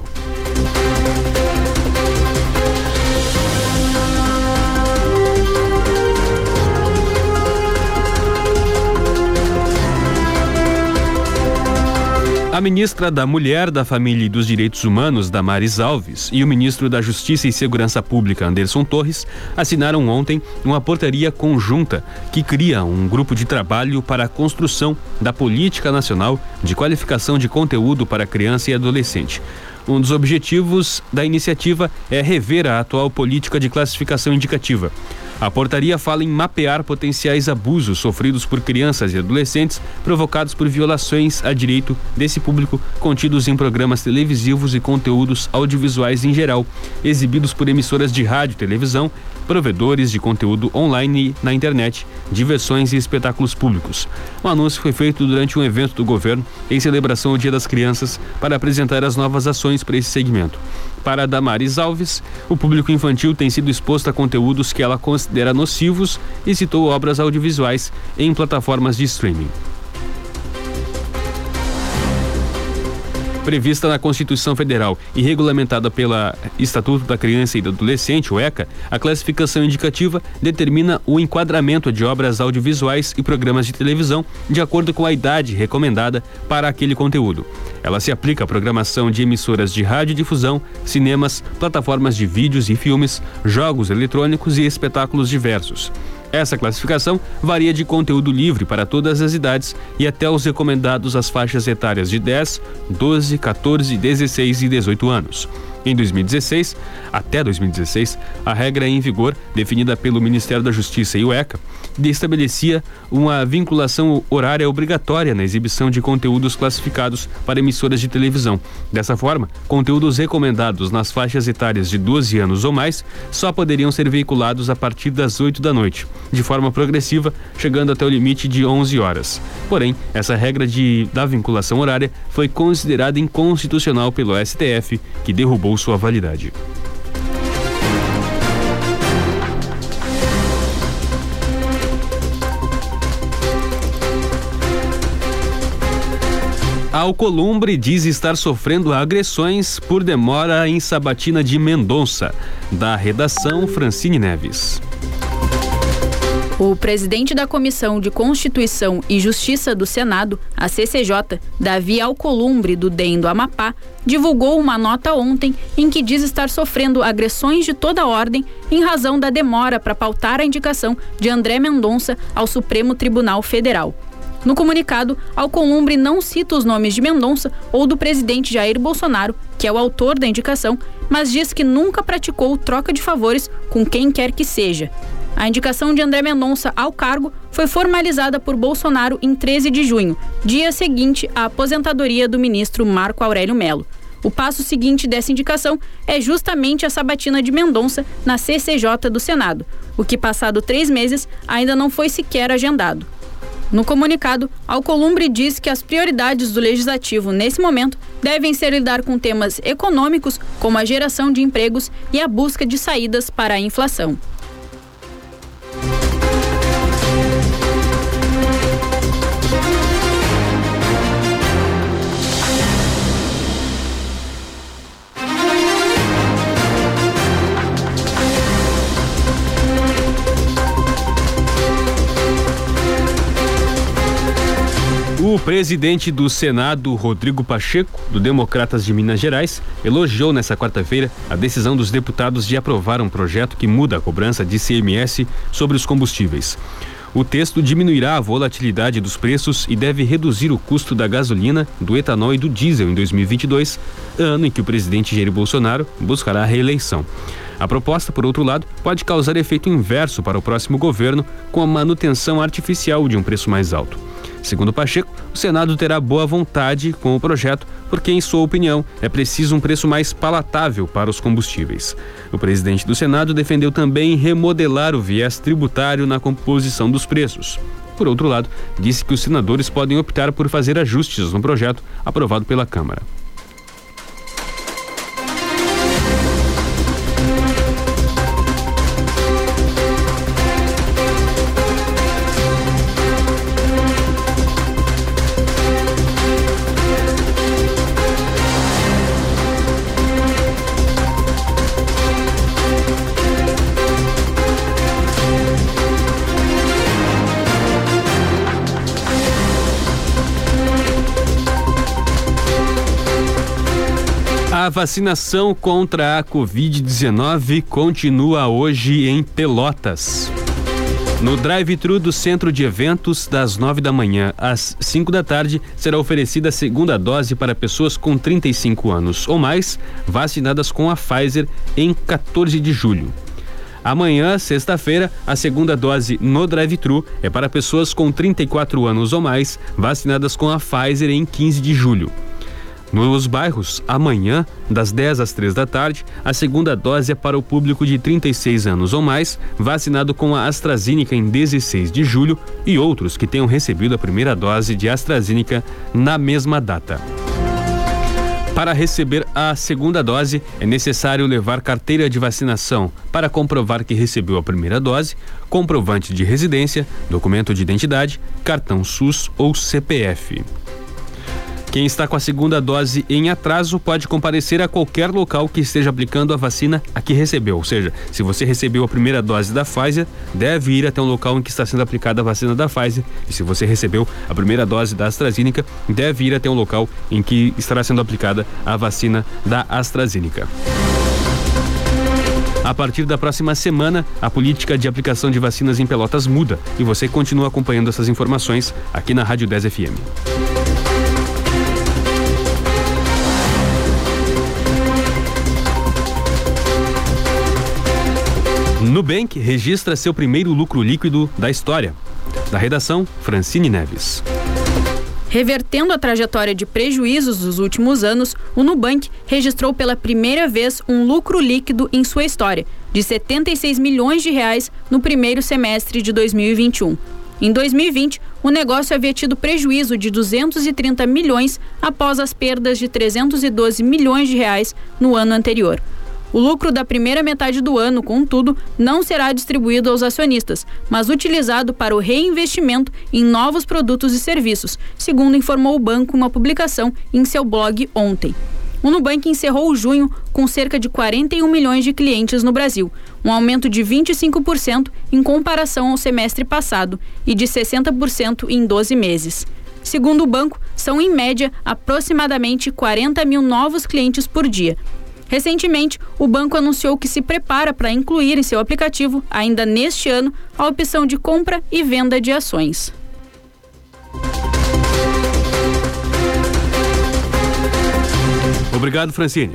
A ministra da Mulher, da Família e dos Direitos Humanos, Damares Alves, e o ministro da Justiça e Segurança Pública, Anderson Torres, assinaram ontem uma portaria conjunta que cria um grupo de trabalho para a construção da Política Nacional de Qualificação de Conteúdo para Criança e Adolescente. Um dos objetivos da iniciativa é rever a atual política de classificação indicativa. A portaria fala em mapear potenciais abusos sofridos por crianças e adolescentes provocados por violações a direito desse público contidos em programas televisivos e conteúdos audiovisuais em geral, exibidos por emissoras de rádio e televisão, provedores de conteúdo online na internet, diversões e espetáculos públicos. O anúncio foi feito durante um evento do governo em celebração ao Dia das Crianças para apresentar as novas ações para esse segmento. Para Damares Alves, o público infantil tem sido exposto a conteúdos que ela considera nocivos e citou obras audiovisuais em plataformas de streaming. Prevista na Constituição Federal e regulamentada pela Estatuto da Criança e do Adolescente, o ECA, a classificação indicativa determina o enquadramento de obras audiovisuais e programas de televisão de acordo com a idade recomendada para aquele conteúdo. Ela se aplica à programação de emissoras de radiodifusão, cinemas, plataformas de vídeos e filmes, jogos eletrônicos e espetáculos diversos. Essa classificação varia de conteúdo livre para todas as idades e até os recomendados às faixas etárias de dez, doze, quatorze, dezesseis e dezoito anos. Em dois mil e dezesseis, até dois mil e dezesseis, a regra em vigor, definida pelo Ministério da Justiça e o ECA, estabelecia uma vinculação horária obrigatória na exibição de conteúdos classificados para emissoras de televisão. Dessa forma, conteúdos recomendados nas faixas etárias de doze anos ou mais só poderiam ser veiculados a partir das oito da noite, de forma progressiva, chegando até o limite de onze horas. Porém, essa regra de, da vinculação horária foi considerada inconstitucional pelo S T F, que derrubou sua validade. A Alcolumbre diz estar sofrendo agressões por demora em sabatina de Mendonça. Da redação, Francine Neves. O presidente da Comissão de Constituição e Justiça do Senado, a C C J, Davi Alcolumbre, do D E M do Amapá, divulgou uma nota ontem em que diz estar sofrendo agressões de toda ordem em razão da demora para pautar a indicação de André Mendonça ao Supremo Tribunal Federal. No comunicado, Alcolumbre não cita os nomes de Mendonça ou do presidente Jair Bolsonaro, que é o autor da indicação, mas diz que nunca praticou troca de favores com quem quer que seja. A indicação de André Mendonça ao cargo foi formalizada por Bolsonaro em treze de junho, dia seguinte à aposentadoria do ministro Marco Aurélio Mello. O passo seguinte dessa indicação é justamente a sabatina de Mendonça na C C J do Senado, o que, passado três meses, ainda não foi sequer agendado. No comunicado, Alcolumbre diz que as prioridades do Legislativo nesse momento devem ser lidar com temas econômicos, como a geração de empregos e a busca de saídas para a inflação. O presidente do Senado, Rodrigo Pacheco, do Democratas de Minas Gerais, elogiou nesta quarta-feira a decisão dos deputados de aprovar um projeto que muda a cobrança de I C M S sobre os combustíveis. O texto diminuirá a volatilidade dos preços e deve reduzir o custo da gasolina, do etanol e do diesel em dois mil e vinte e dois, ano em que o presidente Jair Bolsonaro buscará a reeleição. A proposta, por outro lado, pode causar efeito inverso para o próximo governo, com a manutenção artificial de um preço mais alto. Segundo Pacheco, o Senado terá boa vontade com o projeto, porque, em sua opinião, é preciso um preço mais palatável para os combustíveis. O presidente do Senado defendeu também remodelar o viés tributário na composição dos preços. Por outro lado, disse que os senadores podem optar por fazer ajustes no projeto aprovado pela Câmara. A vacinação contra a covid dezenove continua hoje em Pelotas. No drive-thru do Centro de Eventos, das nove da manhã às cinco da tarde, será oferecida a segunda dose para pessoas com trinta e cinco anos ou mais, vacinadas com a Pfizer em quatorze de julho. Amanhã, sexta-feira, a segunda dose no drive-thru é para pessoas com trinta e quatro anos ou mais, vacinadas com a Pfizer em quinze de julho. Nos bairros, amanhã, das dez às três da tarde, a segunda dose é para o público de trinta e seis anos ou mais, vacinado com a AstraZeneca em dezesseis de julho, e outros que tenham recebido a primeira dose de AstraZeneca na mesma data. Para receber a segunda dose, é necessário levar carteira de vacinação para comprovar que recebeu a primeira dose, comprovante de residência, documento de identidade, cartão SUS ou C P F. Quem está com a segunda dose em atraso pode comparecer a qualquer local que esteja aplicando a vacina a que recebeu. Ou seja, se você recebeu a primeira dose da Pfizer, deve ir até um local em que está sendo aplicada a vacina da Pfizer. E se você recebeu a primeira dose da AstraZeneca, deve ir até um local em que estará sendo aplicada a vacina da AstraZeneca. A partir da próxima semana, a política de aplicação de vacinas em Pelotas muda e você continua acompanhando essas informações aqui na Rádio dez F M. Nubank registra seu primeiro lucro líquido da história. Da redação, Francine Neves. Revertendo a trajetória de prejuízos dos últimos anos, o Nubank registrou pela primeira vez um lucro líquido em sua história, de setenta e seis milhões de reais no primeiro semestre de dois mil e vinte e um. Em dois mil e vinte, o negócio havia tido prejuízo de duzentos e trinta milhões após as perdas de trezentos e doze milhões de reais no ano anterior. O lucro da primeira metade do ano, contudo, não será distribuído aos acionistas, mas utilizado para o reinvestimento em novos produtos e serviços, segundo informou o banco em uma publicação em seu blog ontem. O Nubank encerrou junho com cerca de quarenta e um milhões de clientes no Brasil, um aumento de vinte e cinco por cento em comparação ao semestre passado e de sessenta por cento em doze meses. Segundo o banco, são em média aproximadamente quarenta mil novos clientes por dia. Recentemente, o banco anunciou que se prepara para incluir em seu aplicativo, ainda neste ano, a opção de compra e venda de ações. Obrigado, Francine.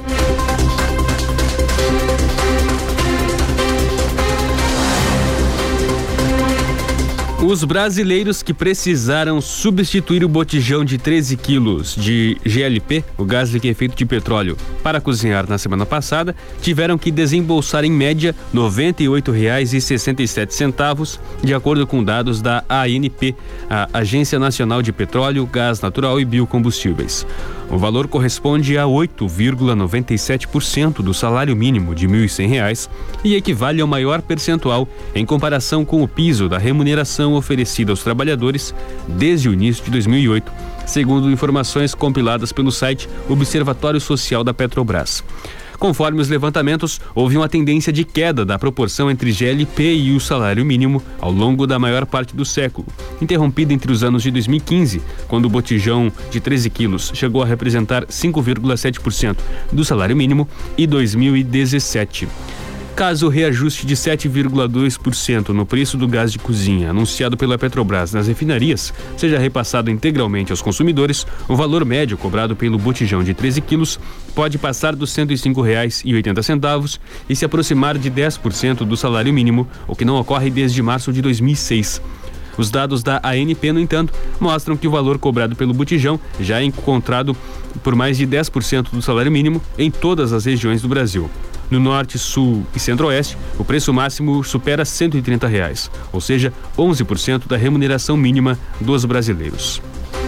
Os brasileiros que precisaram substituir o botijão de treze quilos de G L P, o gás liquefeito de petróleo, para cozinhar na semana passada, tiveram que desembolsar em média noventa e oito reais e sessenta e sete centavos, de acordo com dados da A N P, a Agência Nacional de Petróleo, Gás Natural e Biocombustíveis. O valor corresponde a oito vírgula noventa e sete por cento do salário mínimo de mil e cem reais e equivale ao maior percentual em comparação com o piso da remuneração oferecida aos trabalhadores desde o início de dois mil e oito, segundo informações compiladas pelo site Observatório Social da Petrobras. Conforme os levantamentos, houve uma tendência de queda da proporção entre G L P e o salário mínimo ao longo da maior parte do século, interrompida entre os anos de dois mil e quinze, quando o botijão de treze quilos chegou a representar cinco vírgula sete por cento do salário mínimo, e dois mil e dezessete. Caso o reajuste de sete vírgula dois por cento no preço do gás de cozinha anunciado pela Petrobras nas refinarias seja repassado integralmente aos consumidores, o valor médio cobrado pelo botijão de treze quilos pode passar dos cento e cinco reais e oitenta centavos e se aproximar de dez por cento do salário mínimo, o que não ocorre desde março de dois mil e seis. Os dados da A N P, no entanto, mostram que o valor cobrado pelo botijão já é encontrado por mais de dez por cento do salário mínimo em todas as regiões do Brasil. No Norte, Sul e Centro-Oeste, o preço máximo supera cento e trinta reais, ou seja, onze por cento da remuneração mínima dos brasileiros.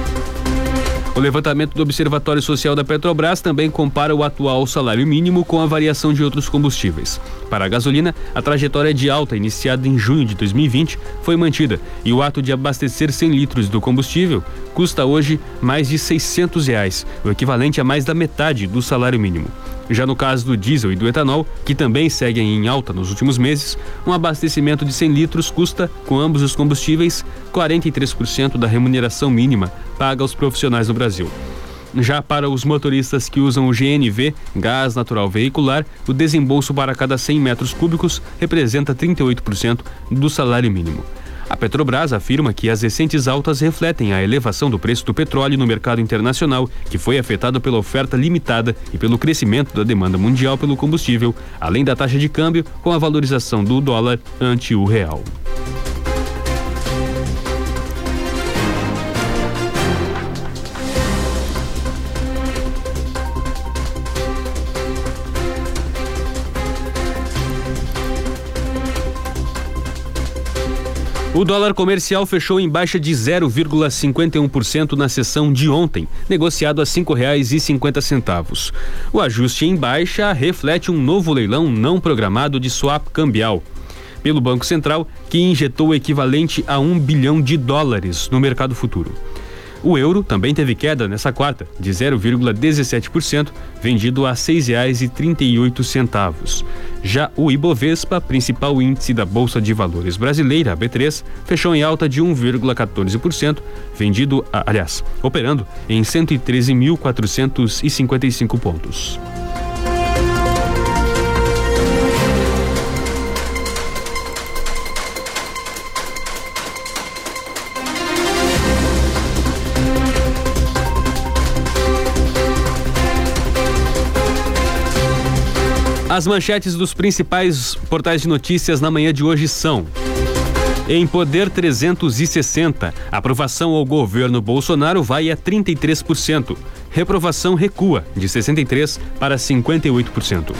O levantamento do Observatório Social da Petrobras também compara o atual salário mínimo com a variação de outros combustíveis. Para a gasolina, a trajetória de alta iniciada em junho de dois mil e vinte foi mantida e o ato de abastecer cem litros do combustível custa hoje mais de seiscentos reais, o equivalente a mais da metade do salário mínimo. Já no caso do diesel e do etanol, que também seguem em alta nos últimos meses, um abastecimento de cem litros custa, com ambos os combustíveis, quarenta e três por cento da remuneração mínima paga aos profissionais no Brasil. Já para os motoristas que usam o G N V, gás natural veicular, o desembolso para cada cem metros cúbicos representa trinta e oito por cento do salário mínimo. A Petrobras afirma que as recentes altas refletem a elevação do preço do petróleo no mercado internacional, que foi afetado pela oferta limitada e pelo crescimento da demanda mundial pelo combustível, além da taxa de câmbio com a valorização do dólar ante o real. O dólar comercial fechou em baixa de zero vírgula cinquenta e um por cento na sessão de ontem, negociado a cinco reais e cinquenta centavos. O ajuste em baixa reflete um novo leilão não programado de swap cambial pelo Banco Central, que injetou o equivalente a um bilhão de dólares no mercado futuro. O euro também teve queda nessa quarta, de zero vírgula dezessete por cento, vendido a seis reais e trinta e oito centavos. Já o Ibovespa, principal índice da Bolsa de Valores brasileira, a B três, fechou em alta de um vírgula quatorze por cento, vendido, a, aliás, operando em cento e treze mil quatrocentos e cinquenta e cinco pontos. As manchetes dos principais portais de notícias na manhã de hoje são: em Poder trezentos e sessenta, aprovação ao governo Bolsonaro vai a trinta e três por cento. Reprovação recua de sessenta e três por cento para cinquenta e oito por cento.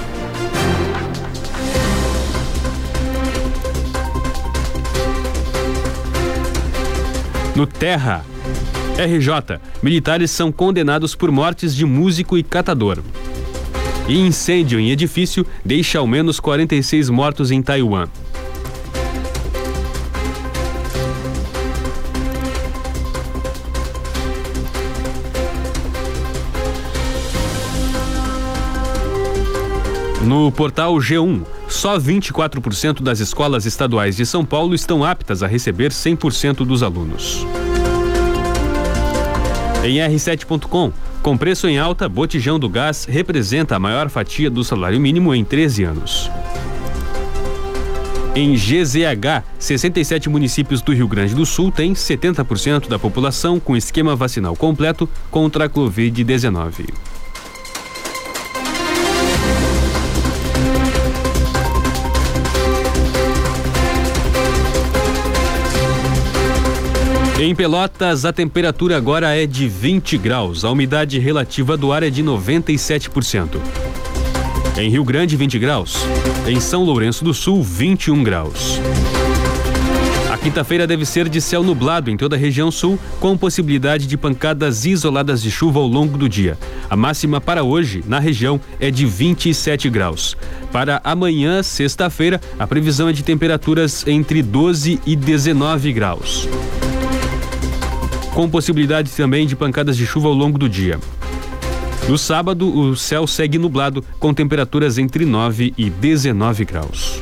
No Terra, R J, militares são condenados por mortes de músico e catador. E incêndio em edifício deixa ao menos quarenta e seis mortos em Taiwan. No portal G um, só vinte e quatro por cento das escolas estaduais de São Paulo estão aptas a receber cem por cento dos alunos. Em R sete ponto com, com preço em alta, botijão do gás representa a maior fatia do salário mínimo em treze anos. Em G Z H, sessenta e sete municípios do Rio Grande do Sul têm setenta por cento da população com esquema vacinal completo contra a covid dezenove. Em Pelotas, a temperatura agora é de vinte graus, a umidade relativa do ar é de noventa e sete por cento. Em Rio Grande, vinte graus. Em São Lourenço do Sul, vinte e um graus. A quinta-feira deve ser de céu nublado em toda a região sul, com possibilidade de pancadas isoladas de chuva ao longo do dia. A máxima para hoje, na região, é de vinte e sete graus. Para amanhã, sexta-feira, a previsão é de temperaturas entre doze e dezenove graus, com possibilidade também de pancadas de chuva ao longo do dia. No sábado, o céu segue nublado, com temperaturas entre nove e dezenove graus.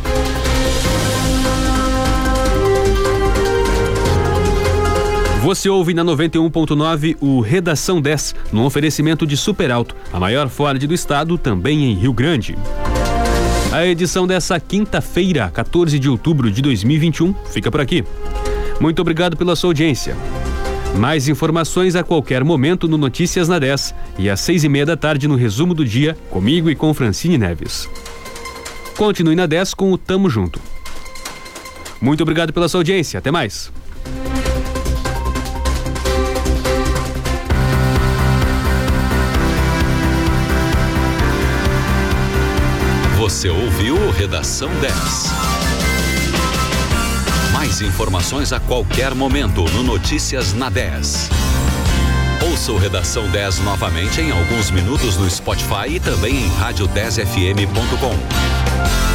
Você ouve na noventa e um ponto nove o Redação dez, no oferecimento de Super Alto, a maior Ford do estado, também em Rio Grande. A edição dessa quinta-feira, quatorze de outubro de dois mil e vinte e um, fica por aqui. Muito obrigado pela sua audiência. Mais informações a qualquer momento no Notícias na dez e às seis e meia da tarde no Resumo do Dia, comigo e com Francine Neves. Continue na dez com o Tamo Junto. Muito obrigado pela sua audiência. Até mais. Você ouviu Redação dez. Mais informações a qualquer momento no Notícias na dez. Ouça o Redação dez novamente em alguns minutos no Spotify e também em rádio dez f m ponto com.